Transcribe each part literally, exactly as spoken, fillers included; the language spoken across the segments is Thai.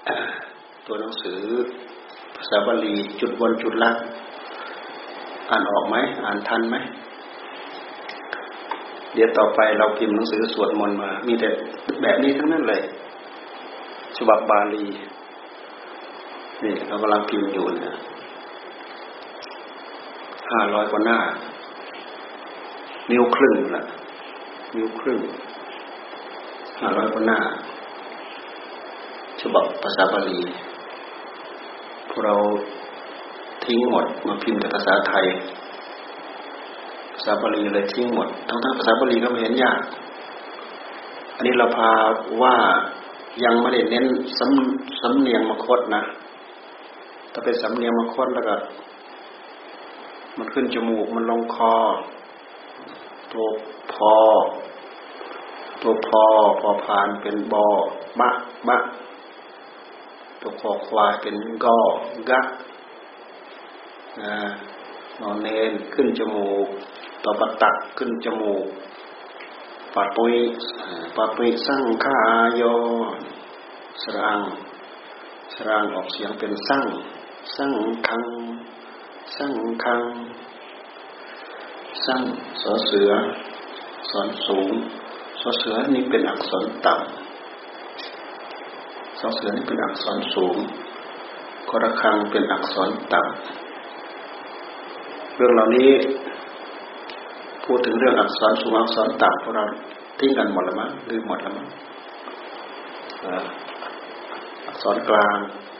ตัวหนังสือภาษาบาลีจุดบนจุดล่างอ่านออกไหมอ่านทันไหมเดี๋ยวต่อไปเราพิมพ์หนังสือสวดมนต์มามีแต่แบบนี้ทั้งนั้นเลยฉบับบาลีนี่เรากำลังพิมพ์อยู่นะห้าร้อยกว่าหน้านิ้วครึ่งละนิ้วครึ่งห้าร้อยกว่าหน้าฉบับภาษาบาลีพวกเราทิ้งหมดมาพิมพ์แต่ภาษาไทยภาษาบาลีเลยทิ้งหมดทั้งทั้งภาษาบาลีก็ไม่เห็นยากอันนี้เราพาว่ายังไม่ได้เน้นสำสำเนียงมคธนะถ้าเป็นสำเนียงมคธแล้วก็มันขึ้นจมูกมันลงคอตัวพอตัวพอพอพานเป็นบอบะบะตัวคอควายเป็นกอกะนอนเนนขึ้นจมูกต่อปัตตักขึ้นจมูกปัดปุยปัดปุยสั่งขาโยสรางสรางออกเสียงเป็นสั่งสั่งคังสั่งคังสั่งสอเสือสอนสูงสอเสือนี่เป็นอักษรต่ำสอเสือนี่เป็นอักษรสูงคอระฆังเป็นอักษรต่ำเรื่องเหล่านี้พูดถึงเรื่องอักษรสูงอักษรต่ำพวกเราทิ้งกันหมดแล้วมั้งลืมหมดแล้วมั้งอักษรกลาง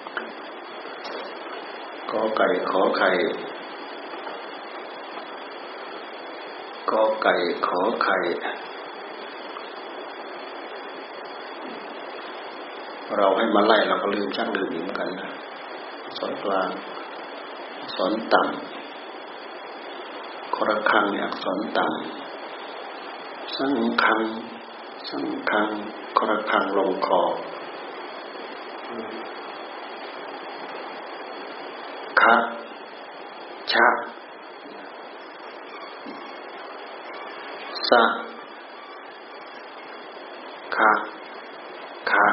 กอไก่ขอไข่กอไก่ขอไข่เราให้มาไล่เราก็ลืมชักลืมเหมือนกันนะอักษรกลางอักษรต่ำคอระฆังเนี่ยอักษรต่ำสังคังสังคังคอระฆังลงคอคะชะสะคะคะ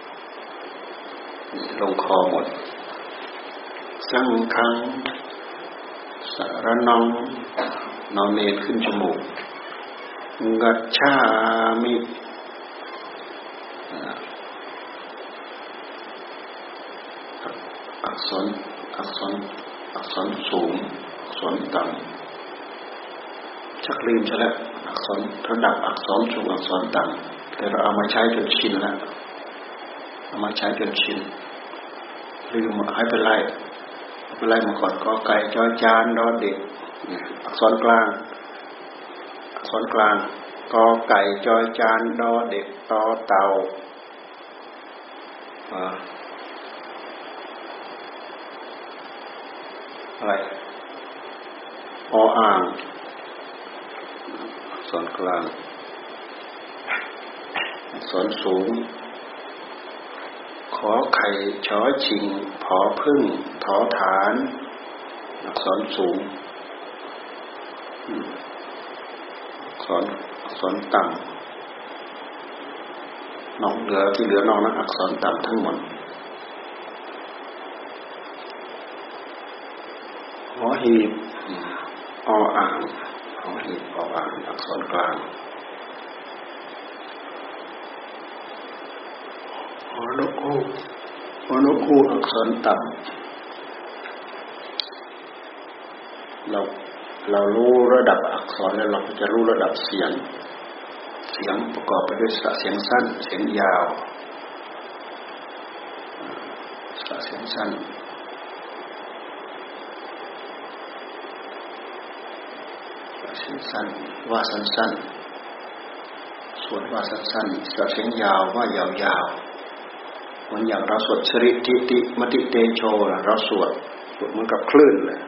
ลงคอหมดสังคังสารนองนอนเนนขึ้นจมูกกัจฉามิอักษรอักษรอักษรสูงอักษรต่ำชักลืมซะแล้วอักษรระดับอักษรสูงอักษรต่ำแต่เราเอามาใช้จนชินแล้วเอามาใช้จนชินลืมให้เป็นไรเป็นไรมาก่อนกอไก่จอจานดอเด็กอักษรกลางอักษรกลางกอไก่จอจานดอเด็กตอเต่าอะไรออ่างอักษรกลางอักษรสูงขอไข่ชอชิงผอพึ่งถอฐานอักษรสูงอักษรอักษรต่ำนอกเหลือที่เหลือนอกนั้นอักษรต่ำทั้งหมดหอหีบออ่างหอหีบออ่างอักษรกลางหอนกฮูกหอนกฮูกอักษรต่ำเราเรารู้ระดับอักษรแล้วเราจะรู้ระดับเสียงเสียงประกอบไปด้วยสระเสียงสั้นเสียงยาวสระเสียงสั้นเสียงสั้นว่าสั้นๆส่วนว่าสั้นๆสระเสียงยาวว่ายาวๆเหมือนอย่างเราสวดสริทิติมติเตโชเราสวดสวดเหมือนกับคลื่นเลย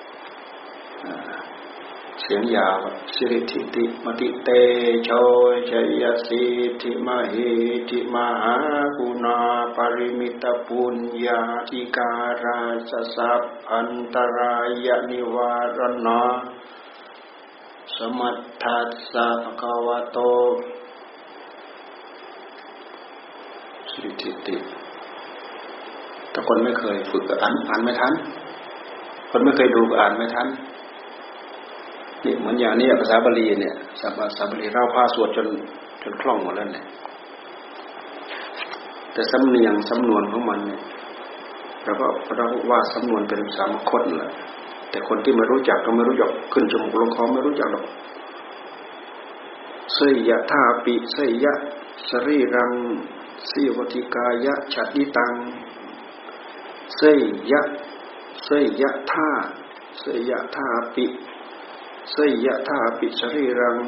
เสียงยาวสิริทิติมติเตโชชัยยสิทธิมหิทธิมหากุณาปริมิตปุญญาธิการาสสัพพันตรายนิวารณะสมัทธัสสะภะคะวะโตสิริทิติถ้าคนไม่เคยฝึกก็อ่านอ่านไม่ทันคนไม่เคยดูก็อ่านไม่ทันนี่เหมือนอย่างนี้ภาษาบาลีเนี่ยภาษาบาลีเราพาสวดจนจนคล่องหมดแล้วเนี่ยแต่สำเนียงสำนวนของมันเนี่ยเราก็เราว่าสำนวนเป็นสามคตแหละแต่คนที่ไม่รู้จักก็ไม่รู้จักขึ้นจมูกลงคอไม่รู้จักหรอกเสยยะธาปิเสยยะสรีรังสีวติกายะฉัตติตังเสยยะเสยยะธาเสยยะธาปิเสยยะธาปิสรีรัง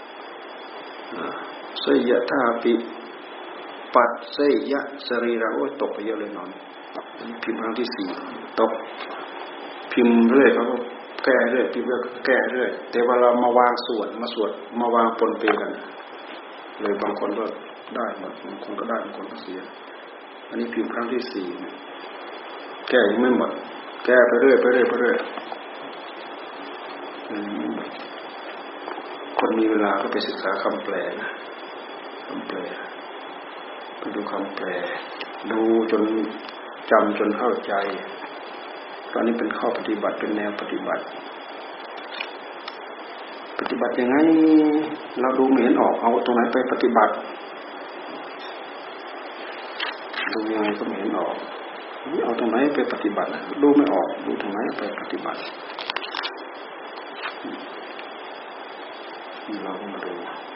เสยยะธาปิปัดเสยยะสรีรังโอ้ยตกไปเยอะเลยนอนพิมพ์ครั้งที่สี่ตกพิมพ์เรื่อยเขาก็แก้เรื่อยพิมพ์เรื่อยแก้เรื่อยแต่เวลามาวางส่วนมาสวดมาวางปนเปกันเลยบางคนก็ได้บางคนก็ได้บางคนก็เสียอันนี้พิมพ์ครั้งที่สี่แก้ยังไม่หมดแก้ไปเรื่อยไปเรื่อยไปเรื่อยคนมีเวลาก็ไปศึกษาคำแปลนะคำแปลไปดูคำแปลดูจนจำจนเข้าใจตอนนี้เป็นข้อปฏิบัติเป็นแนวปฏิบัติปฏิบัติยังไงเราดูไม่เห็นออกเอาตรงไหนไปปฏิบัติดูยังไงก็ไม่เห็นออกเอาตรงไหนไปปฏิบัติดูไม่ออกดูตรงไหนไปปฏิบัติเราก็มาดู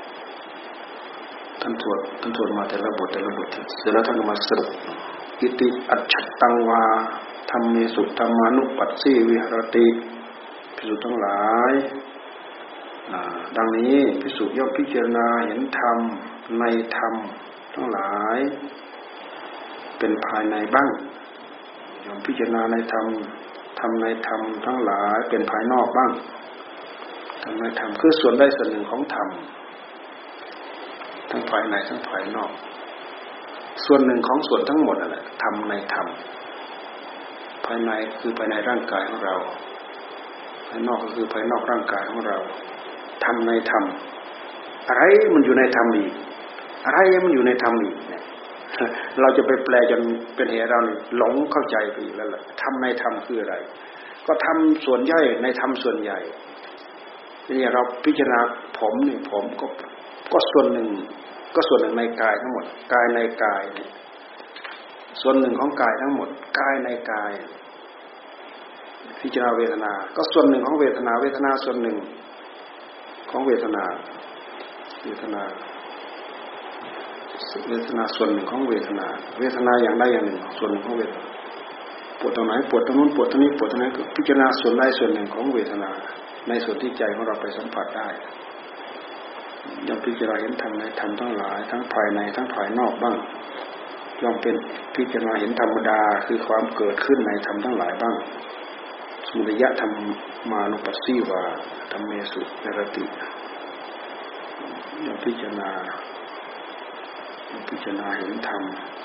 ท่านตรวจท่านตรวจมาแต่ละบทแต่ละบทเสร็จแล้วท่านก็มาสรุปอิติอัจฉตังวาธรรมเมสุธรรมานุปัสสีวิหรติภิกษุทั้งหลายดังนี้ภิกษุย่อมพิจารณาเห็นธรรมในธรรมทั้งหลายเป็นภายในบ้างย่อมพิจารณาในธรรมธรรมในธรรมทั้งหลายเป็นภายนอกบ้างธรรมในธรรมคือส่วนใดส่วนหนึ่งของธรรมทั้งภายในทั้งภายนอกส่วนหนึ่งของส่วนทั้งหมดนั่นแหละธรรมในธรรมภายในคือภายในร่างกายของเราภายนอกก็คือภายนอกร่างกายของเราธรรมในธรรมอะไรมันอยู่ในธรรมอีกอะไรมันอยู่ในธรรมอีกเนี่ยเราจะไปแปลจนเป็นเหตุเราหลงเข้าใจไปอีกแล้วล่ะธรรมในธรรมคืออะไรก็ธรรมส่วนย่อยในธรรมส่วนใหญ่นี่เราพิจารณาผมนี่ผมก็ก็ส่วนหนึ่งก็ส่วนหนึ่งในกายทั้งหมดกายในกายเนี่ยส่วนหนึ่งของกายทั้งหมดกายในกายพิจารณาเวทนาก็ส่วนหนึ่งของเวทนาเวทนาส่วนหนึ่งของเวทนาเวทนาเวทนาส่วนหนึ่งของเวทนาเวทนาอย่างใดอย่างหนึ่งส่วนหนึ่งของเวทนาปวดตรงไหนปวดตรงนู้นปวดตรงนี้ปวดตรงนี้พิจารณาส่วนใดส่วนหนึ่งของเวทนาในส่วนที่ใจของเราไปสัมผัสได้ย่อมพิจารณาเห็นธรรมในธรรมทั้งหลายทั้งภายในทั้งภายนอกบ้างย่อมเป็นพิจารณาเห็นธรรมดาคือความเกิดขึ้นในธรรมทั้งหลายบ้างสมุทัยธรรมมานุปัสสีวาธรรมเมสุวิหรติย่อมพิจารณาย่อมพิจารณาเห็นธรรม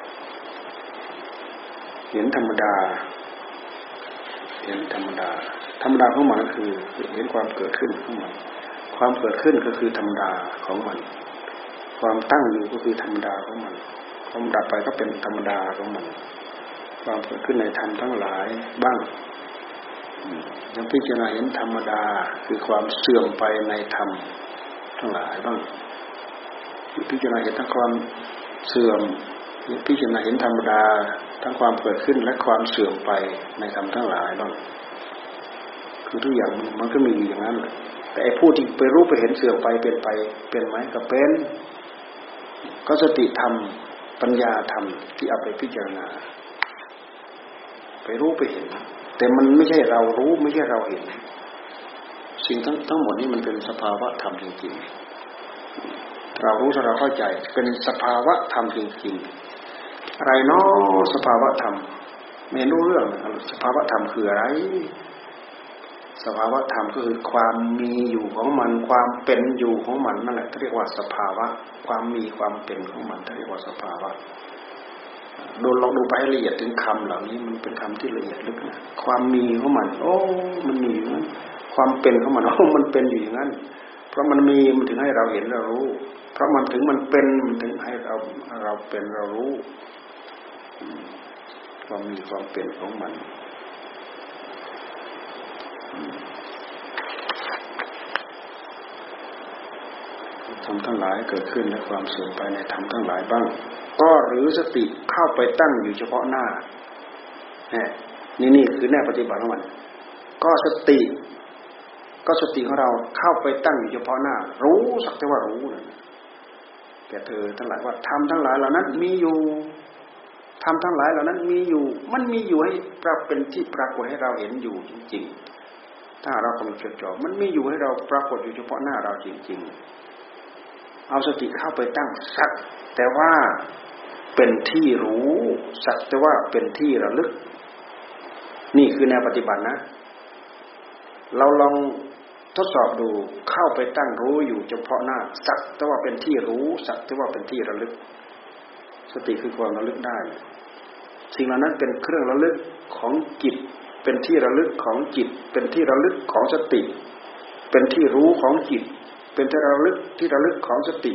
เห็นธรรมดาเห็นธรรมดาธรรมดาของมันก็คือเห็นความเกิดขึ้นของมันความเกิดขึ้นก็คือธรรมดาของมันความตั้งอยู่ก็คือธรรมดาของมันความดับไปก็เป็นธรรมดาของมันความเกิดขึ้นในธรรมทั้งหลายบ้างยังพิจารณาเห็นธรรมดาคือความเสื่อมไปในธรรมทั้งหลายบ้างพิจารณาเห็นทั้งความเสื่อมพิจารณาเห็นธรรมดาทั้งความเกิดขึ้นและความเสื่อมไปในธรรมทั้งหลายบ้างคือทุกอย่างมันก็มีอย่างนั้นแหละแต่ไอ้ผู้ที่ไปรู้ไปเห็นเสื่อมไปเป็นไปเป็นไหมก็เป็นก็สติธรรมปัญญาธรรมที่เอาไปพิจารณาไปรู้ไปเห็นแต่มันไม่ใช่เรารู้ไม่ใช่เราเห็นสิ่งทั้งทั้งหมดนี้มันเป็นสภาวะธรรมจริงๆเรารู้ถ้าเราเข้าใจเป็นสภาวะธรรมจริงๆอะไรเนาะสภาวะธรรมไม่รู้เรื่องสภาวะธรรมคืออะไรสภาวะธรรมก็คือความมีอยู่ของมันความเป็นอยู่ของมันนั่นแหละเรียกว่าสภาวะความมีความเป็นของมันเรียกว่าสภาวะดูลองดูไปให้ละเอียดถึงคำเหล่านี้มันเป็นคำที่ละเอียดลึกนะความมีของมันโอ้มันมีอยู่นั้นความเป็นของมันโอ้มันเป็นอยู่อย่างนั้นเพราะมันมีมันถึงให้เราเห็นเรารู้เพราะมันถึงมันเป็นมันถึงให้เราเราเป็นเรารู้ความมีความเป็นของมันธรรมทั้งหลายเกิดขึ้นและความเสื่อมไปในธรรมทั้งหลายบ้างก็หรือสติเข้าไปตั้งอยู่เฉพาะหน้านี่นี่คือแนวปฏิบัติของมันก็สติก็สติของเราเข้าไปตั้งอยู่เฉพาะหน้ารู้สักแต่ว่ารู้นะแก่เธอทั้งหลายว่าธรรมทั้งหลายเหล่านั้นมีอยู่ธรรมทั้งหลายเหล่านั้นมีอยู่มันมีอยู่ให้ปรากฏเป็นที่ปรากฏให้เราเห็นอยู่จริงๆถ้าเรากำลังจดจ่อมันมีอยู่ให้เราปรากฏอยู่เฉพาะหน้าเราจริงๆเอาสติเข้าไปตั้งสักแต่ว่าเป็นที่รู้สักแต่ว่าเป็นที่ระลึกนี่คือแนวปฏิบัตินะเราลองทดสอบดูเข้าไปตั้งรู้อยู่เฉพาะหน้าสักแต่ว่าเป็นที่รู้สักแต่ว่าเป็นที่ระลึกสติคือความระลึกได้สิ่งเหล่านั้นเป็นเครื่องระลึกของจิตเป็นที่ระลึกของจิตเป็นที่ระลึกของสติเป็นที่รู้ของจิตเป็นที่ระลึกที่ระลึกของสติ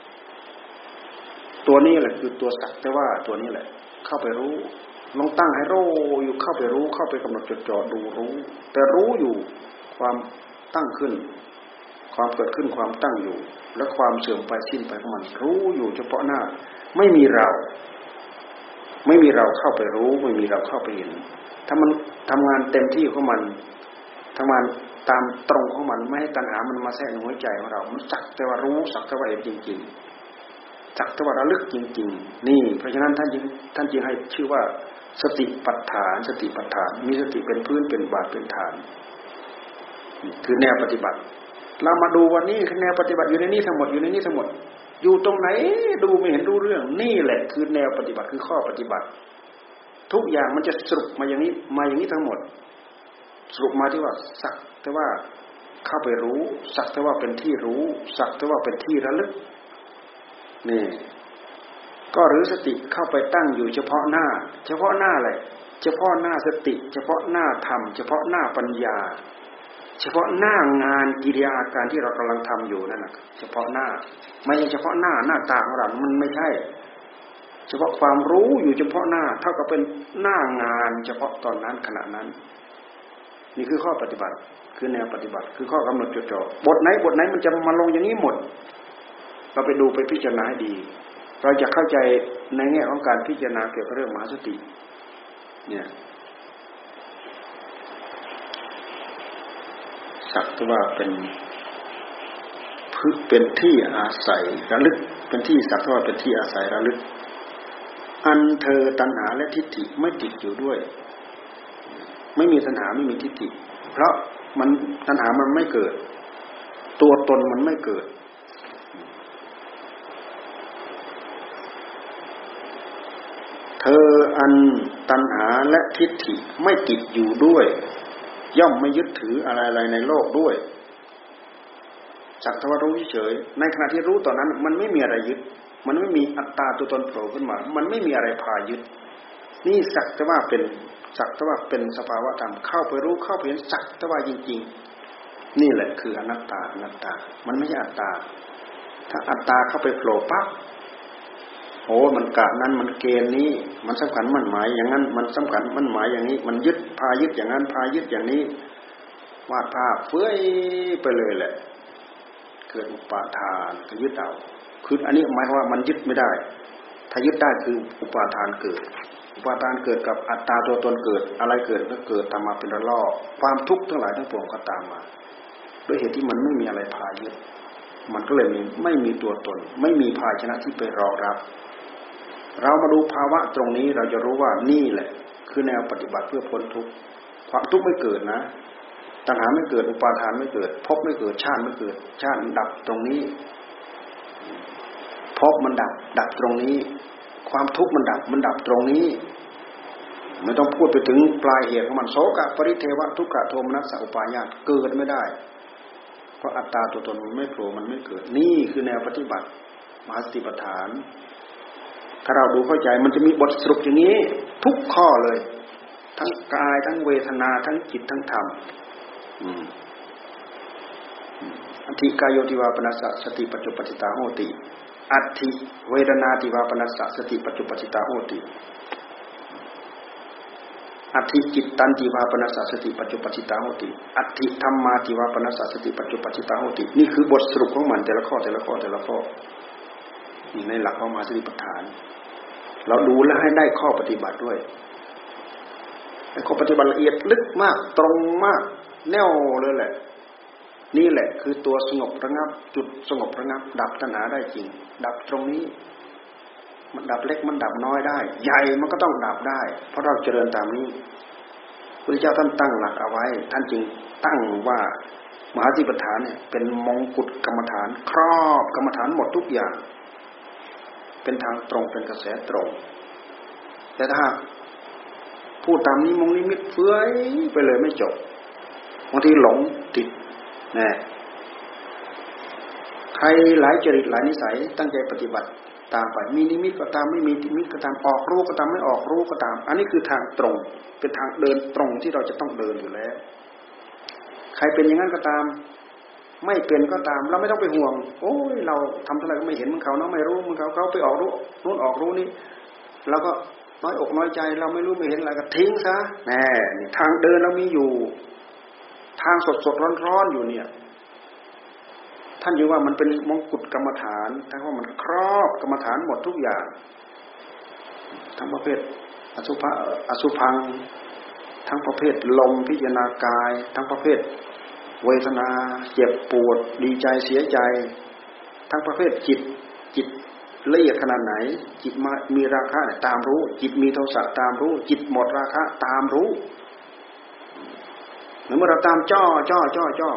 ตัวนี้แหละคือตัวสักแต่ว่าตัวนี้แหละเข้าไปรู้ลองตั้งให้รู้อยู่เข้าไปรู้เข้าไปกำหนดจดจ่อดูรู้แต่รู้อยู่ความตั้งขึ้นความเกิดขึ้นความตั้งอยู่และความเสื่อมไปสิ้นไปของมันรู้อยู่เฉพาะหน้าไม่มีเราไม่มีเราเข้าไปรู้ไม่มีเราเข้าไปเห็นถ้ามันทำงานเต็มที่ของมันทำงานตามตรงของมันไม่ให้ตัณหามันมาแทรกในหัวใจของเรามันสักแต่ว่ารู้สักแต่ว่าเห็นจริงๆสักแต่ว่าระลึกจริงๆนี่เพราะฉะนั้นท่านจึงท่านจึงให้ชื่อว่าสติปัฏฐานสติปัฏฐานมีสติเป็นพื้นเป็นบาทเป็นฐานคือแนวปฏิบัติเรามาดูวันนี้คือแนวปฏิบัติอยู่ในนี้ทั้งหมดอยู่ในนี้ทั้งหมดอยู่ตรงไหนดูไม่เห็นรู้เรื่องนี่แหละคือแนวปฏิบัติคือข้อปฏิบัติทุกอย่างมันจะสรุปมาอย่างนี้มาอย่างนี้ทั้งหมดสรุปมาที่ว่าสักแต่ว่าเข้าไปรู้สักแต่ว่าเป็นที่รู้สักแต่ว่าเป็นที่ระลึกนี่ก็หรือสติเข้าไปตั้งอยู่เฉพาะหน้าเฉพาะหน้าแหละเฉพาะหน้าสติเฉพาะหน้าธรรมเฉพาะหน้าปัญญาเฉพาะหน้างานกิริยาอาการที่เรากำลังทำอยู่นั่นนะเฉพาะหน้าไม่ใช่เฉพาะหน้าหน้าตาของเรามันไม่ใช่เฉพาะความรู้อยู่เฉพาะหน้าเท่ากับเป็นหน้างานเฉพาะตอนนั้นขณะนั้นนี่คือข้อปฏิบัติคือแนวปฏิบัติคือข้อกำหนดจดจ่อบทไหนบทไหนมันจะมาลงอย่างนี้หมดเราไปดูไปพิจารณาให้ดีเราจะเข้าใจในแง่ของการพิจารณาเกี่ยวกับเรื่องมหาสติเนี่ยสักแต่ว่าเป็นพื้นเป็นที่อาศัยระลึกเป็นที่สักแต่ว่าเป็นที่อาศัยระลึกอันเธอตัณหาและทิฏฐิไม่ติดอยู่ด้วยไม่มีตัณหาไม่มีทิฏฐิเพราะมันตัณหามันไม่เกิดตัวตนมันไม่เกิดเธออันตัณหาและทิฏฐิไม่ติดอยู่ด้วยย่อมไม่ยึดถืออะไรๆในโลกด้วยสักแต่ว่ารู้เฉยในขณะที่รู้ตอนนั้นมันไม่มีอะไรยึดมันไม่มีอัตตาตัวตนโผล่ขึ้นมามันไม่มีอะไรพายึดนี่สักแต่ว่าเป็นสักแต่ว่าเป็นสภาวะธรรมเข้าไปรู้เข้าไปเห็นสักแต่ว่าจริงๆนี่แหละคืออนัตตาอนัตตามันไม่ใช่อัตตาถ้าอัตตาเข้าไปโผล่ปั๊บโอ้มันกะนั้นมันเกณฑ์นี้มันสำคัญมันหมายอย่างนั้นมันสำคัญมันหมายอย่างนี้มันยึดพายึดอย่างนั้นพายึดอย่างนี้วาดภาพเฟ้ยไปเลยแหละเกิดอุปาทานก็ยึดเอาคืออันนี้หมายความว่ามันยึดไม่ได้ถ้ายึดได้คืออุปาทานเกิดอุปาทานเกิดกับอัตตาตัวตนเกิดอะไรเกิดก็เกิดตามมาเป็นระลอกความทุกข์ทั้งหลายทั้งปวงก็ตามมาด้วยเหตุที่มันไม่มีอะไรพายึดมันก็เลยมีไม่มีตัวตนไม่มีภาชนะที่ไปรองรับเรามาดูภาวะตรงนี้เราจะรู้ว่านี่แหละคือแนวปฏิบัติเพื่อพ้นทุกข์ความทุกข์ไม่เกิดนะตัณหาไม่เกิดอุปาทานไม่เกิดภพไม่เกิดชาติไม่เกิดชาติดับตรงนี้ภพมันดับดับตรงนี้ความทุกข์มันดับมันดับตรงนี้ไม่ต้องพูดไปถึงปลายเหตุของมันโสกะปริเทวะทุกขะโทมนัสสะอุปาญาตเกิดไม่ได้เพราะอัตตาตัวตนมันไม่โผล่มันไม่เกิดนี่คือแนวปฏิบัติมหาสติปัฏฐานถ้าเราดูเข้าใจมันจะมีบทสรุปอย่างนี้ทุกข้อเลยทั้งกายทั้งเวทนาทั้งจิตทั้งธรรมอัตถิกายโยติวาปนัสสะสติปัจจุปจิตาโหติอัตถิเวทนาติวาปนัสสะสติปัจจุปจิตาโหติอัตถิจิตตันติวาปนัสสติปัจจุปัจจิตาโหติอัตถิธัมมาติวาปนัสสติปัจจุปัจจิตาโหตินี่คือบทสรุปของมันแต่ละข้อแต่ละข้อแต่ละข้อนี่ในหลักของมหาสติปัฏฐานเราดูแลให้ได้ข้อปฏิบัติด้วยข้อปฏิบัติละเอียดลึกมากตรงมากแน่วเลยแหละนี่แหละคือตัวสงบระงับจุดสงบระงับดับตัณหาได้จริงดับตรงนี้มันดับเล็กมันดับน้อยได้ใหญ่มันก็ต้องดับได้เพราะเราเจริญตามนี้พระพุทธเจ้าท่านตั้งหลักเอาไว้ท่านจึงตั้งว่ามหาสติปัฏฐานเนี่ยเป็นมงกุฎกรรมฐานครอบกรรมฐานหมดทุกอย่างเป็นทางตรงเป็นกระแสตรงแต่ถ้าพูดตามนี้มงนิมิตเฟื้อยไปเลยไม่จบบางทีหลงติดนะใครหลายจริตหลายนิสัยตั้งใจปฏิบัติตามไปมีนิมิตก็ตามไม่มีนิมิตก็ตามออกรู้ก็ตามไม่ออกรู้ก็ตามอันนี้คือทางตรงเป็นทางเดินตรงที่เราจะต้องเดินอยู่แล้วใครเป็นอย่างนั้นก็ตามไม่เป็นก็ตามเราไม่ต้องไปห่วงโอ้ยเราทำเท่าไหร่ก็ไม่เห็นมันเขาเนาะไม่รู้มันเขาเขาไปออกรู้นู้นออกรู้นี่เราก็น้อยอกน้อยใจเราไม่รู้ไม่เห็นอะไรก็ทิ้งซะแน่นี่ทางเดินเรามีอยู่ทางสดสดร้อนร้อนอยู่เนี่ยท่านอยู่ว่ามันเป็นมงกุฎกรรมฐานทั้งว่ามันครอบกรรมฐานหมดทุกอย่างทั้งประเภทอสุภะอสุพังทั้งประเภทลมพิจารณากายทั้งประเภทเวทนาเจ็บปวดดีใจเสียใจทั้งประเภทจิตจิตละเอียดขนาดไหนจิตมีราคะตามรู้จิตมีโทสะตามรู้จิตหมดราคะตามรู้เมื่อเราตามจ้อจ้อจ้อจ้อ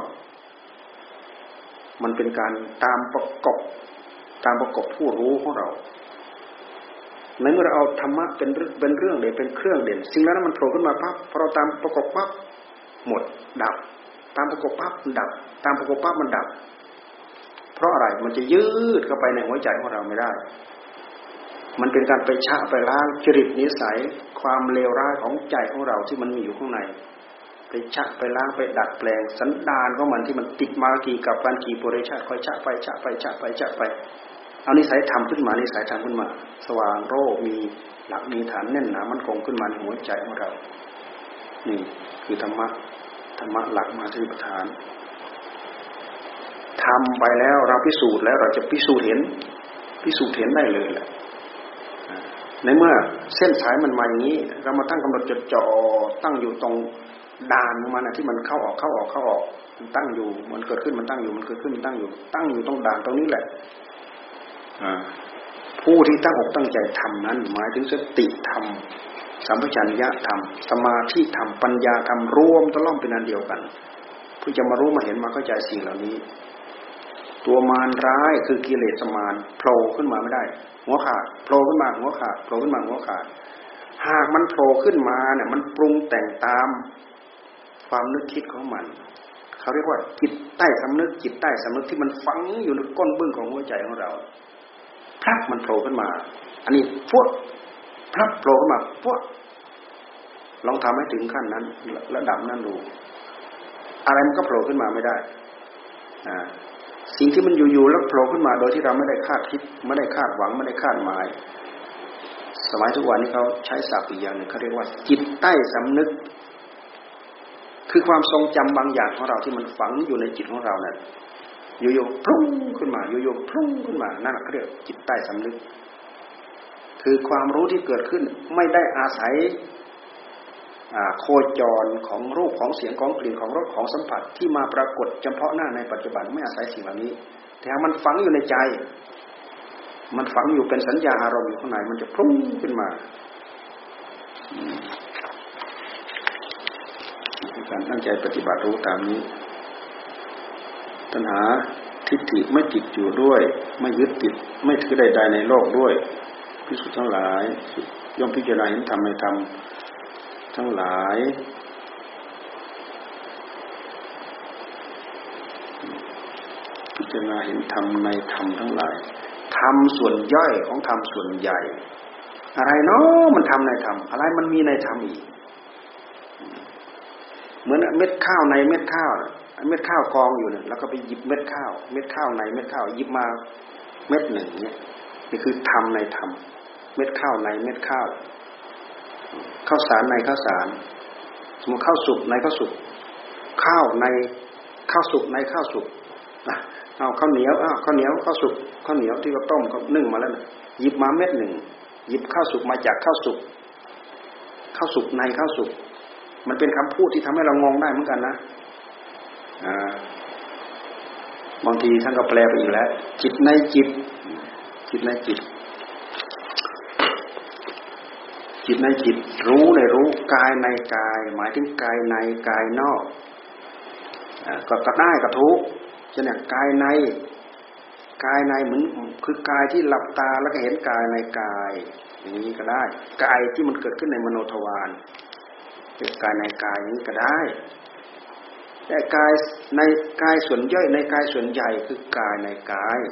มันเป็นการตามประกบตามประกบผู้รู้ของเราในเมื่อเราเอาธรรมะเป็นเป็นเรื่องเด่นเป็นเครื่องเด่นสิ่งนั้นมันโผล่ขึ้นมาปั๊บพอเราตามประกบปั๊บหมดดับตามประกบปั๊บมันดับตามประกบปั๊บมันดับเพราะอะไรมันจะยืดเข้าไปในหัวใจของเราไม่ได้มันเป็นการไปชะไปล้างจริตนิสัยความเลวร้ายของใจของเราที่มันมีอยู่ข้างในไปชะไปล้างไปดัดแปลงสันดานของมันที่มันติดมากี่กับการกี่ปุเรชาติค่อยชะไปชะไปชะไปชะไปเอานิสัยธรรมขึ้นมานิสัยธรรมขึ้นมาสว่างโรมีหลักมีฐานแน่นหนามันคงขึ้นมาในหัวใจของเรานี่คือธรรมะธรรมะหลักมหาสติปัฏฐานทำไปแล้วเราพิสูจน์แล้วเราจะพิสูจน์เห็นพิสูจน์เห็นได้เลยแหละในเมื่อเส้นสายมันมาอย่างนี้เรามาตั้งกำหนดจดจ่อตั้งอยู่ตรงด่านของมันนะที่มันเข้าออกเข้าออกเข้าออกมันตั้งอยู่มันเกิดขึ้นมันตั้งอยู่มันเกิดขึ้นมันตั้งอยู่ตั้งอยู่ตรงด่านตรงนี้แหละผู้ที่ตั้งอกตั้งใจทำนั้นหมายถึงสติธรรมสัมปชัญญะธรรมสมาธิธรรมปัญญาธรรมรวมตะล่อมเป็นอันเดียวกันเพื่อจะมารู้มาเห็นมาเข้าใจสิ่งเหล่านี้ตัวมารร้ายคือกิเลสมารโผล่ขึ้นมาไม่ได้หัวขาดโผล่ขึ้นมาหัวขาดโผล่ขึ้นมาหัวขาดหากมันโผล่ขึ้นมาเนี่ยมันปรุงแต่งตามความนึกคิดของมันเขาเรียกว่าจิตใต้สำนึกจิตใต้สำนึกที่มันฝังอยู่ในก้นบึ้งของหัวใจของเราพลักมันโผล่ขึ้นมาอันนี้พวกพลักโผล่ขึ้นมาพวกลองทำให้ถึงขั้นนั้นระดับนั้นดูอะไรมันก็โผล่ขึ้นมาไม่ได้อ่าสิ่งที่มันอยู่ๆแล้วโผล่ขึ้นมาโดยที่เราไม่ได้คาดคิดไม่ได้คาดหวังไม่ได้คาดหมายสมัยทุกวันนี้เขาใช้ศัพท์อีกอย่างหนึ่งเขาเรียกว่าจิตใต้สำนึกคือความทรงจำบางอย่างของเราที่มันฝังอยู่ในจิตของเราเนี่ยโยๆพุ่งขึ้นมาโยๆพุ่งขึ้นมานั่นเขาเรียกจิตใต้สำนึกคือความรู้ที่เกิดขึ้นไม่ได้อาศัยโคจรของรูปของเสียงของกลิ่นของรสของสัมผัสที่มาปรากฏเฉพาะหน้าในปัจจุบันไม่อาศัยสิ่งเหล่านี้แต่มันฝังอยู่ในใจมันฝังอยู่เป็นสัญญาอารมณ์อยู่ข้างในมันจะพุ่งขึ้นมาการตั้งใจปฏิบัติรู้ตามนี้ตัณหาทิฏฐิไม่ติดอยู่ด้วยไม่ยึดติดไม่ถือใดๆในโลกด้วยภิกษุทั้งหลายย่อมพิจารณาเห็นธรรมในธรรมทั้งหลายพิจารณาเห็นธรรมในธรรมทั้งหลายธรรมส่วนย่อยของธรรมส่วนใหญ่อะไรเนาะมันทำในธรรมอะไรมันมีในธรรมอีกเหมือนเม็ดข้าวในเม็ดข้าวเม็ดข้าวกองอยู่เนี่ยแล้วก็ไปหยิบเม็ดข้าวเม็ดข้าวในเม็ดข้าวหยิบมาเม็ดหนึ่งเนี่ยนี่คือธรรมในธรรมเม็ดข้าวในเม็ดข้าวข้าวสารในข้าวสารสมมติข้าวสุกในข้าวสุกข้าวในข้าวสุกในข้าวสุกนะเอาข้าวเหนียวอ้าวข้าวเหนียวข้าวสุกข้าวเหนียวที่เราต้มเขานึ่งมาแล้วนะหยิบมาเม็ดหนึ่งหยิบข้าวสุกมาจากข้าวสุกข้าวสุกในข้าวสุกมันเป็นคำพูดที่ทำให้เรางงได้เหมือนกันนะอ่าบางทีท่านก็แปลไปอีกแล้วจิตในจิตจิตในจิตจิตในจิตรู้ในรู้กายในกายหมายถึงกายในกายนอกอ่าก็ก็ได้ก็ทุกเช่นเนี่ยกายในกายในเหมือนคือกายที่หลับตาแล้วก็เห็นกายในกายอย่างนี้ก็ได้กายที่มันเกิดขึ้นในมโนทวารเป็นกายในกายนี้ก็ได้แต่กายในกายส่วนย่อยในกายส่วนใหญ่คือกายในกาย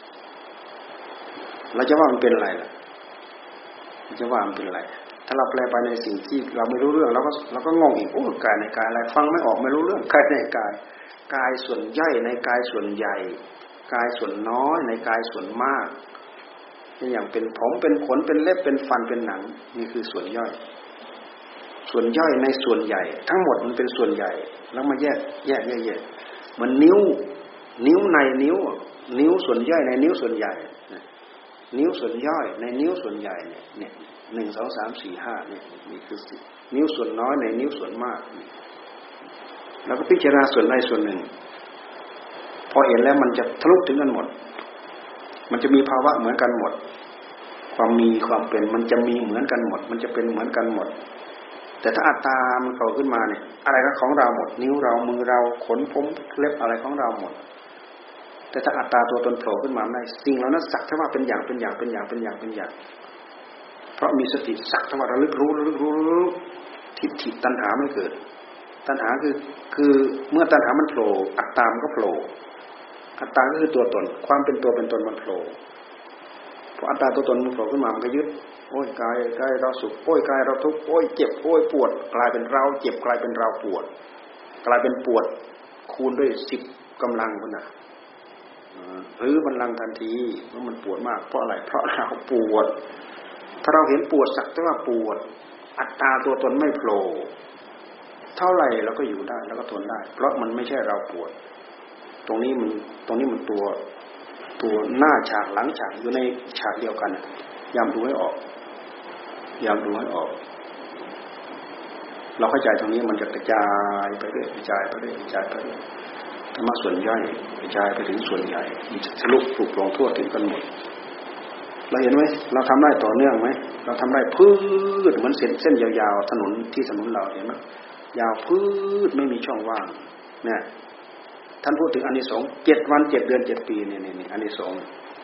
เราจะว่ามันเป็นอะไรล่ะเราจะว่ามันเป็นอะไรถ้าเราแปลไปในสิ่งที่เราไม่รู้เรื่องเราก็เราก็งงอีกโอ้กายในกายอะไรฟังไม่ออกไม่รู้เรื่องกายในกายกายส่วนย่อยในกายส่วนใหญ่กายส่วนน้อยในกายส่วนมากอย่างเป็นผมเป็นขนเป็นเล็บเป็นฟันเป็นหนังนี่คือส่วนย่อยส่วนย่อยในส่วนใหญ่ทั้งหมดมันเป็นส่วนใหญ่แล้วมาแยกแยกแยกๆมันนิ้วนิ้วในนิ้วนิ้วส่วนย่อยในนิ้วส่วนใหญ่นิ้วส่วนย่อยในนิ้วส่วนใหญ่เนี่ยเนี่ยหนึ่งสองสามสี่ห้าเนี่ยนี่คือนิ้วส่วนน้อยในนิ้วส่วนมากแล้วก็พิจารณาส่วนใดส่วนหนึ่งพอเห็นแล้วมันจะทะลุถึงกันหมดมันจะมีภาวะเหมือนกันหมดความมีความเป็นมันจะมีเหมือนกันหมดมันจะเป็นเหมือนกันหมดแต่ถ้าอัตตามันโผล่ขึ้นมาเนี่ยอะไรก็ของเราหมดนิ้วเรามือเราขนผมเล็บอะไรของเราหมดแต่ถ้าอัตตาตัวตนโผล่ขึ้นมาไม่สิ่งเหล่านั้นสักแต่ว่าเป็นอย่างเป็นอย่างเป็นอย่างเป็นอย่างเป็นอย่างเพราะมีสติสักแต่ว่าระลึกรู้ระลึกรู้รู้ทิฏฐิตัณหาไม่เกิดตัณหาคือคือเมื่อตัณหามันโผล่อัตตามันก็โผล่อัตตาก็คือตัวตนความเป็นตัวเป็นตนมันโผล่พออัตตาตัวตนมันโผล่ขึ้นมามันก็ยึดโอ้ยกายกายเราสุขโอ้ยกายเราทุกข์โอ้ยเจ็บโอ้ยปวดกลายเป็นเราเจ็บกลายเป็นเราปวดกลายเป็นปวดคูณด้วยสิบกำลังมันนะหรือบัลลังก์ทันทีว่ามันปวดมากเพราะอะไรเพราะเราปวดถ้าเราเห็นปวดสักแต่ว่าปวดอัตตาตัวตนไม่โผล่เท่าไหร่เราก็อยู่ได้แล้วก็ทนได้เพราะมันไม่ใช่เราปวดตรงนี้มันตรงนี้มันตัวตัวหน้าฉากหลังฉากอยู่ในฉากเดียวกันยามดูให้ออกยามดูให้ออกเราเข้าใจตรงนี้มันจะกระจายไปเรื่อยกระจายไปเรื่อยกระจายไปเรื่อยธรรมะส่วนย่อยกระจายไปถึงส่วนใหญ่มันจะทะลุปลุกปลงทั่วถึงกันหมดเราเห็นไหมเราทำได้ต่อเนื่องไหมเราทำได้พืชเหมือนเส้นเส้นยาวๆถนนที่ถนนเราเห็นไหมยาวพืชไม่มีช่องว่างเนี่ยท่านพูดถึงอานิสงส์เจ็ดวันเจ็ดเดือนเจ็ดปีเนี่ยนี่อานิสงส์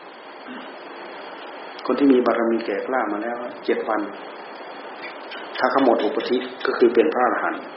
คนที่มีบารมีแก่กล้ามาแล้วเจ็ดวันถ้าขโมดอุปธิก็คือเป็นพระอรหันต์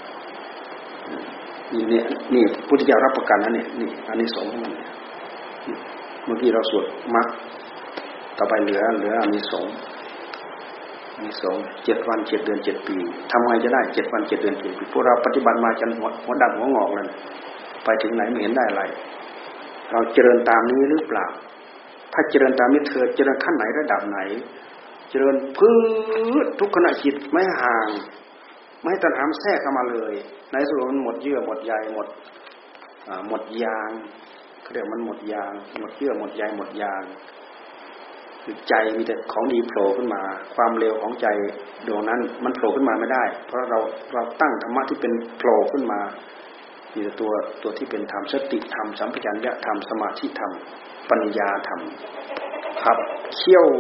นี่เนี่ยนี่พุทธเจ้ารับประกันนะเนี่ยนี่อานิสงส์มันเมื่อกี้เราสวดมรรคต่อไปเหลือเหลืออานิสงส์อานิสงส์เจ็ดวันเจ็ดเดือนเจ็ดปีทำไงจะได้เจ็ดวันเจ็ดเดือนเจ็ดปีพวกเราปฏิบัติมาจนหัวหัวดำหัวงอกเลยไปถึงไหนไม่เห็นได้อะไรเราเจริญตามนี้หรือเปล่าถ้าเจริญตามนี้เธอเจริญขั้นไหนระดับไหนเจริญพืชทุกขณะจิตไม่ห่างไม่ให้ตัณหาแทรกเข้ามาเลยในสุดมันหมดเยื่อหมดใยหมดหมดยางเขาเรียกมันหมดยางหมดเยื่อหมดใยหมดยางคือใจมีแต่ของดีโผล่ขึ้นมาความเร็วของใจดวงนั้นมันโผล่ขึ้นมาไม่ได้เพราะเราเราตั้งธรรมะที่เป็นโผล่ขึ้นมามีแต่ตัวตัวที่เป็นธรรมสติธรรมสัมปชัญญะธรรมสมาธิธรรมปัญญาธรรมครับเขี่ยว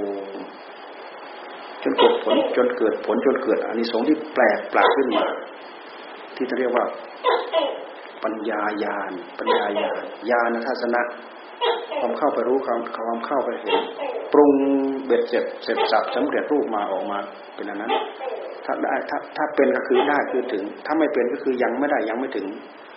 จนเกิดผลจนเกิดผลจนเกิดอานิสงส์ที่แปลกปราดขึ้นมาที่เรียกว่าปัญญาญาณปัญญาญาณญาณทัศนะความเข้าไปรู้ความความเข้าไปเห็นปรุงเบ็ดเสร็จเสร็จสับสำเร็จรูปมาออกมาเป็นอันนั้นถ้าได้ถ้าถ้าเป็นก็คือได้คือถึงถ้าไม่เป็นก็คือยังไม่ได้ยังไม่ถึง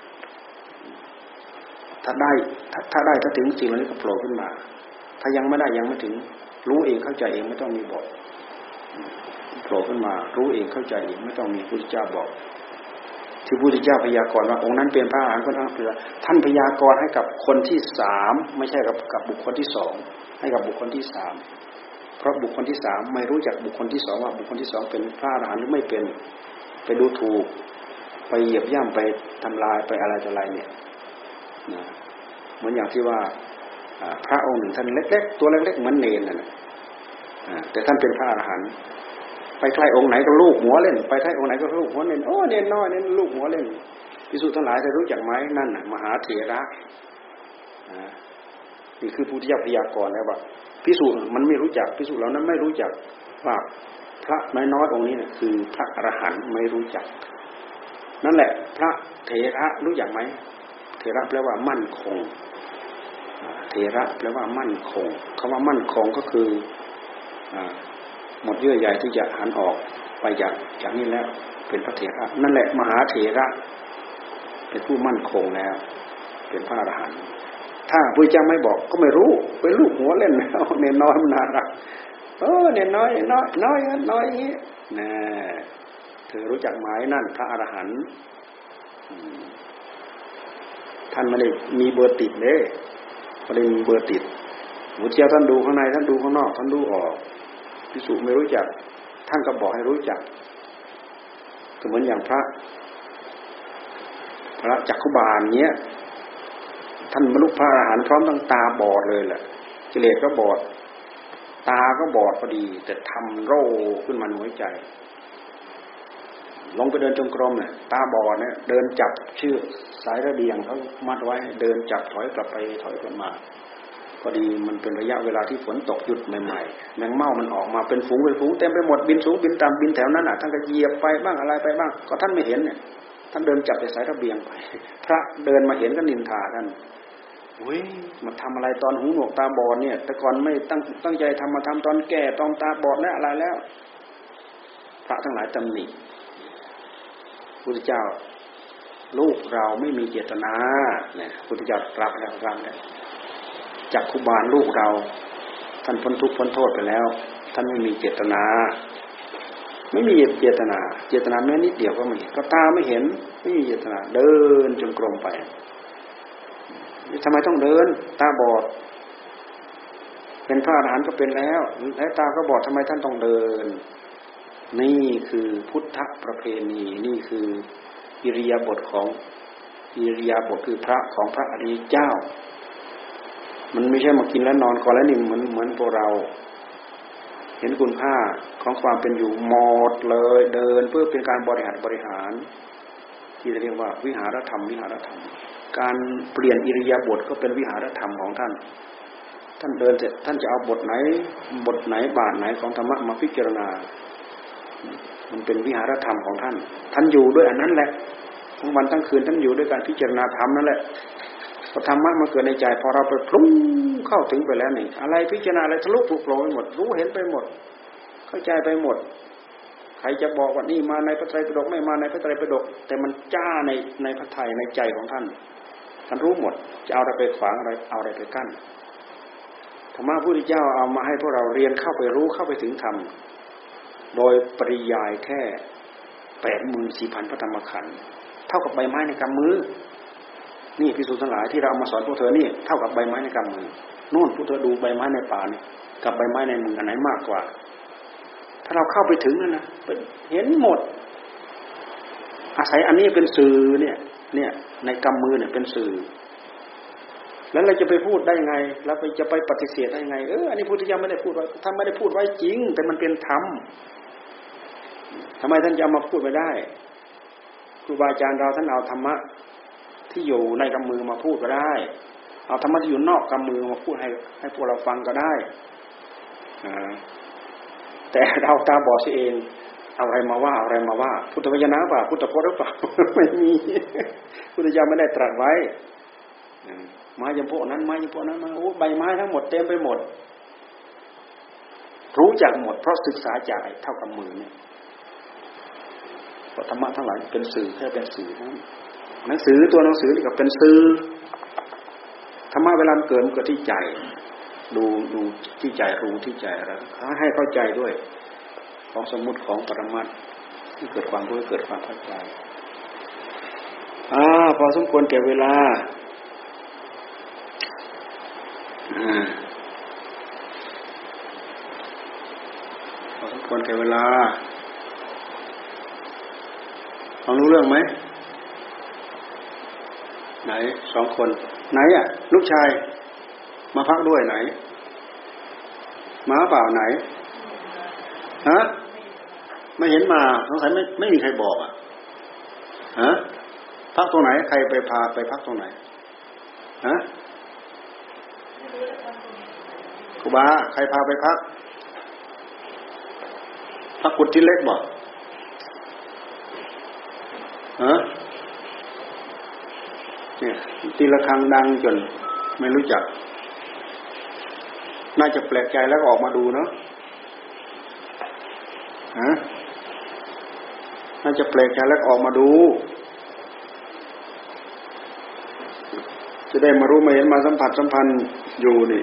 ถ้าได้ถ้าถ้าได้ถ้าถึงสิ่งเหล่านี้ก็โผล่ขึ้นมาถ้ายังไม่ได้ยังไม่ถึงรู้เองเข้าใจเองไม่ต้องมีบอกโผล่ขึ้นมารู้เองเข้าใจเองไม่ต้องมีพุทธเจ้าบอกที่พุทธเจ้าพยากรณ์ว่าองค์นั้นเป็นพระอรหันต์คนนั้นคือท่านพยากรณ์ให้กับคนที่สามไม่ใช่กับกับบุคคลที่สองให้กับบุคคลที่สามเพราะราะบุคคลที่สามไม่รู้จักบุคคลที่สองว่าบุคคลที่สองเป็นพระอรหันต์หรือไม่เป็นไปดูถูกไปเหยียบย่ำไปทำลายไปอะไรต่ออะไรเนี่ยนะเหมือนอย่างที่ว่าพระองค์หนึ่งท่านเล็กๆตัวเล็กๆเหมือนเนรน่ะแต่ท่านเป็นพระอรหันต์ไปใกล้องค์ไหนก็ลูกหัวเล่นไปใกล้องค์ไหนก็ลูกหัวเล่นโอ้เนรน้อยเนรลูกหัวเล่นภิกษุทั้งหลายท่านรู้จักไหมนั่นน่ะมหาเถระนี่คือพุทธเจ้าพยากรณ์แล้วว่าภิกษุมันไม่รู้จักภิกษุเหล่านั้นไม่รู้จักว่าพระน้อยๆองค์นี้เนี่ยคือพระอรหันต์ไม่รู้จักนั่นแหละพระเถระรู้จักไหมเถระแปลว่ามั่นคงเถระแปลว่ามั่นคงคำว่ามั่นคงก็คือหมดเยื่อใยที่จะหันออกไปจากจากนี้แล้วเป็นพระเถระนั่นแหละมหาเถระเป็นผู้มั่นคงแล้วเป็นพระอรหันต์ถ้าพระเจ้าไม่บอกก็ไม่รู้ไปลูกหัวเล่นแล้วเนนน้อยมันน่ารักเออเนนน้อยน้อยน้อยน้อยอย่างนี้นะเธอรู้จักไหมนั่นพระอรหันต์ท่านไม่ได้มีเบอร์ติดเลยไม่ได้มีเบอร์ติดพระเจ้าท่านดูข้างในท่านดูข้างนอกท่านดูออกภิกษุไม่รู้จักท่านก็บอกให้รู้จักก็เหมือนอย่างพระพระจักขุบาลเนี้ยท่านบรรลุพระอรหันต์พร้อมทั้งตาบอดเลยแหละกิเลสก็บอดตาก็บอดพอดีแต่ทำโร่ขึ้นมาในหัวใจลงไปเดินจงกรมเนี่ยตาบอดเนี่ยเดินจับเชือกสายระเบียงเขามัดไว้เดินจับถอยกลับไปถอยกลับมาพอดีมันเป็นระยะเวลาที่ฝนตกหยุดใหม่ๆแมงเม่ามันออกมาเป็นฝูงเป็นฝูงเต็มไปหมดบินสูงบินต่ำบินแถวนั้นน่ะท่านก็เหยียบไปบ้างอะไรไปบ้างก็ท่านไม่เห็นเนี่ยท่านเดินจับแต่สายระเบียงไปพระเดินมาเห็นก็นินทาท่านโอ้ยมาทำอะไรตอนหูหนวกตาบอดเนี่ยแต่ก่อนไม่ตั้งตั้งใจทำมาทำตอนแก่ตอนตาบอดแล้วอะไรแล้วพระทั้งหลายตำหนิพุทธเจ้าลูกเราไม่มีเจตนาเนี่ยพุทธเจ้ารับแล้วรับแล้วจักขุบาลลูกเราท่านพ้นทุกข์พ้นโทษไปแล้วท่านไม่มีเจตนาไม่มีเจตนาเจตนาแม้นิดเดียวก็ไม่ก็ตาไม่เห็นไม่มีเจตนาเดินจงกรมไปทำไมต้องเดินตาบอดเป็นพระอรหันต์ก็เป็นแล้วแล้วตาก็บอดทำไมท่านต้องเดินนี่คือพุทธประเพณีนี่คืออิริยาบถของอิริยาบถคือพระของพระอริยเจ้ามันไม่ใช่มากินแล้วนอนก่อนแล้วนิ่งเหมือนเหมือนพวกเราเห็นคุณค่าของความเป็นอยู่หมดเลยเดินเพื่อเป็นการบริหารบริหารที่เรียกว่าวิหารธรรมวิหารธรรมการเปลี่ยนอิริยาบถก็เป็นวิหารธรรมของท่านท่านเดินเสร็จท่านจะเอาบทไหนบทไหนบาทไหนของธรรมะมาพิจารณามันเป็นวิหารธรรมของท่านท่านอยู่ด้วยอันนั้นแหละทั้งวันทั้งคืนท่านอยู่ด้วยการพิจารณาธรรมนั่นแหละพอธรรมะมาเกิดในใจพอเราไปพลุ้งเข้าถึงไปแล้วนี่อะไรพิจารณาอะไรทะลุปลุกโผล่ไปหมดรู้เห็นไปหมดเข้าใจไปหมดใครจะบอกว่านี่มาในพระไตรปิฎกไม่มาในพระไตรปิฎกแต่มันจ้าในในพระทัยในใจของท่านท่านรู้หมดจะเอาอะไรไปขวางอะไรเอาอะไรไปกั้นธรรมะพระพุทธเจ้าเอามาให้พวกเราเรียนเข้าไปรู้เข้าไปถึงธรรมโดยปริยายแค่แปดหมื่นสี่พันพระธรรมขันธ์เท่ากับใบไม้ในกำมือนี่ภิกษุทั้งหลายที่เราเอามาสอนพวกเธอนี่เท่ากับใบไม้ในกำมือนู่นพวกเธอดูใบไม้ในป่านี่กับใบไม้ในมืออันไหนมากกว่าถ้าเราเข้าไปถึงนั่นนะเห็นหมดอาศัยอันนี้เป็นสื่อเนี่ยเนี่ยในกำมือเนี่ยเป็นสื่อแล้วเราจะไปพูดได้ยังไงแล้วไปจะไปปฏิเสธได้ยังไงเอออันนี้พุทธเจ้าไม่ได้พูดไว้ท่านไม่ได้พูดไว้จริงแต่มันเป็นธรรมทำไมท่านจะเอามาพูดไม่ได้ครูบาอาจารย์เราท่านเอาธรรมะที่อยู่ในกำมือมาพูดก็ได้เอาธรรมะที่อยู่นอกกำมือมาพูดให้ให้พวกเราฟังก็ได้อ่าแต่เราตาบอดเองเอาอะไรมาว่าเอาอะไรมาว่าพุทธวจนะเปล่าพุทธพจน์หรือเปล่าไม่มีพุทธเจ้าไม่ได้ตรัสไว้ไม้ยมโพนั้นไม้ยมโพนั้นมาโอ้ใบไม้ทั้งหมดเต็มไปหมดรู้จักหมดเพราะศึกษาจากเท่ากับมือเนี่ยธรรมะทั้งหลายเป็นสื่อแค่เป็นสื่อนั้นหนังสือตัวหนังสือนี่ก็เป็นสื่อธรรมะเวลาเกิดมันเกิดที่ใจดูดูที่ใจรู้ที่ใจแล้วให้เข้าใจด้วยของสมมุติของปรมัตถ์ที่เกิดความรู้เกิดความเข้าใจอ่าพอสมควรแก่เวลาอ่าพอสมควรแก่เวลาฟังรู้เรื่องไหมไหนสองคนไหนอ่ะลูกชายมาพักด้วยไหนมาเปล่าไหนฮะไม่เห็นมาสงสัยไม่ไม่มีใครบอกอ่ะฮะพักตรงไหนใครไปพาไปพักตรงไหนฮะครูบาใครพาไปพักพักกุฏิเล็กบอกฮะเนี่ยตีละครั้งดังจนไม่รู้จักน่าจะแปลกใจแล้วก็ออกมาดูเนาะฮะน่าจะแปลกใจแล้วออกมาดูจะได้มารู้มาเห็นมาสัมผัสสัมพันธ์อยู่นี่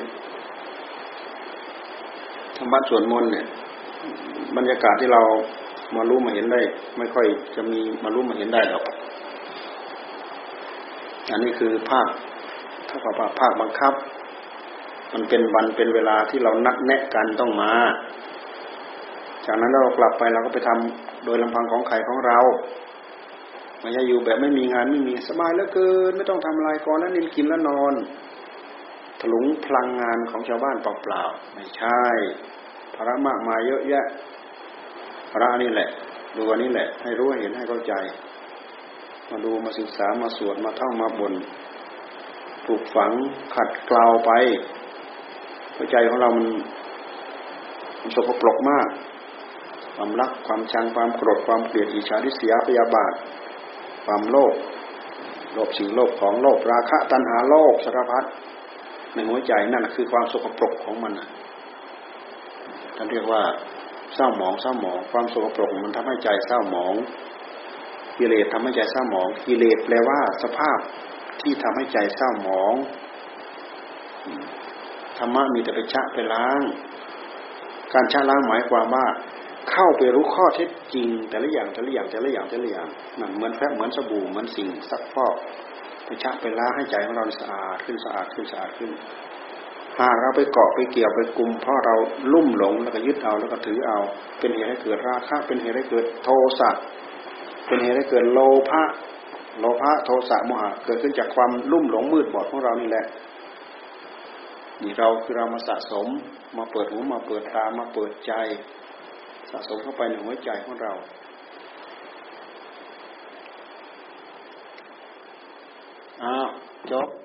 ธรรมะสวดมนต์เนี่ยบรรยากาศที่เรามารู้มาเห็นได้ไม่ค่อยจะมีมารู้มาเห็นได้หรอกอันนี้คือภาคถ้าว่าภาคบังคับมันเป็นวันเป็นเวลาที่เรานัดแนะกันต้องมาจากนั้นเรากลับไปเราก็ไปทำโดยลำพังของใครของเราไม่ใช่อยู่แบบไม่มีงานไม่มีสบายเหลือเกินไม่ต้องทำอะไรก่อนแล้วนินกินแล้วนอนถลุงพลังงานของชาวบ้านเปล่าๆไม่ใช่ภาระมากมายเยอะแยะภาระนี่แหละดูอันนี้แหละให้รู้ให้เห็นให้เข้าใจมาดูมาศึกษามาสวดมาท่องมาบ่นปลูกฝังขัดเกลาไปหัวใจของเรามันมันสกปรกมากความรักความชังความโกรธความเกลียดอิจฉาริษยาพยาบาทความโลภโลภสิ่งโลภของโลภราคะตัณหาโลภสารพัดในหัวใจนั่นคือความสกปรกของมันท่านเรียกว่าเศร้าหมองเศร้าหมองความสกปรกมันทำให้ใจเศร้าหมองกิเลสทำให้ใจเศร้าหมองกิเลสแปลว่าสภาพที่ทำให้ใจเศร้าหมองธรรมะมีแต่ไปชะไปล้างการชะล้างหมายความว่าเข้าไปรู้ข้อเท็จจริงแต่ละอย่างแต่ละอย่างแต่ละอย่างแต่ละอย่างนั่นเหมือนแฟบเหมือนสบู่เหมือนสิ่งซักฟอกไปชะไปล้างให้ใจของเราสะอาดขึ้นสะอาดขึ้นสะอาดขึ้นหากเราไปเกาะไปเกี่ยวไปกุมเพราะเราลุ่มหลงแล้วก็ยึดเอาแล้วก็ถือเอาเป็นเหตุให้เกิดราคะเป็นเหตุให้เกิดโทสะเป็นเหตุให้เกิดโลภะโลภะโทสะโมหะเกิดขึ้นจากความลุ่มหลงมืดบอดของเรานี่แหละนี่เราคือเรามาสะสมมาเปิดหูมาเปิดตามาเปิดใจสะสมเข้าไปในหัวใจของเราอ้าวจบ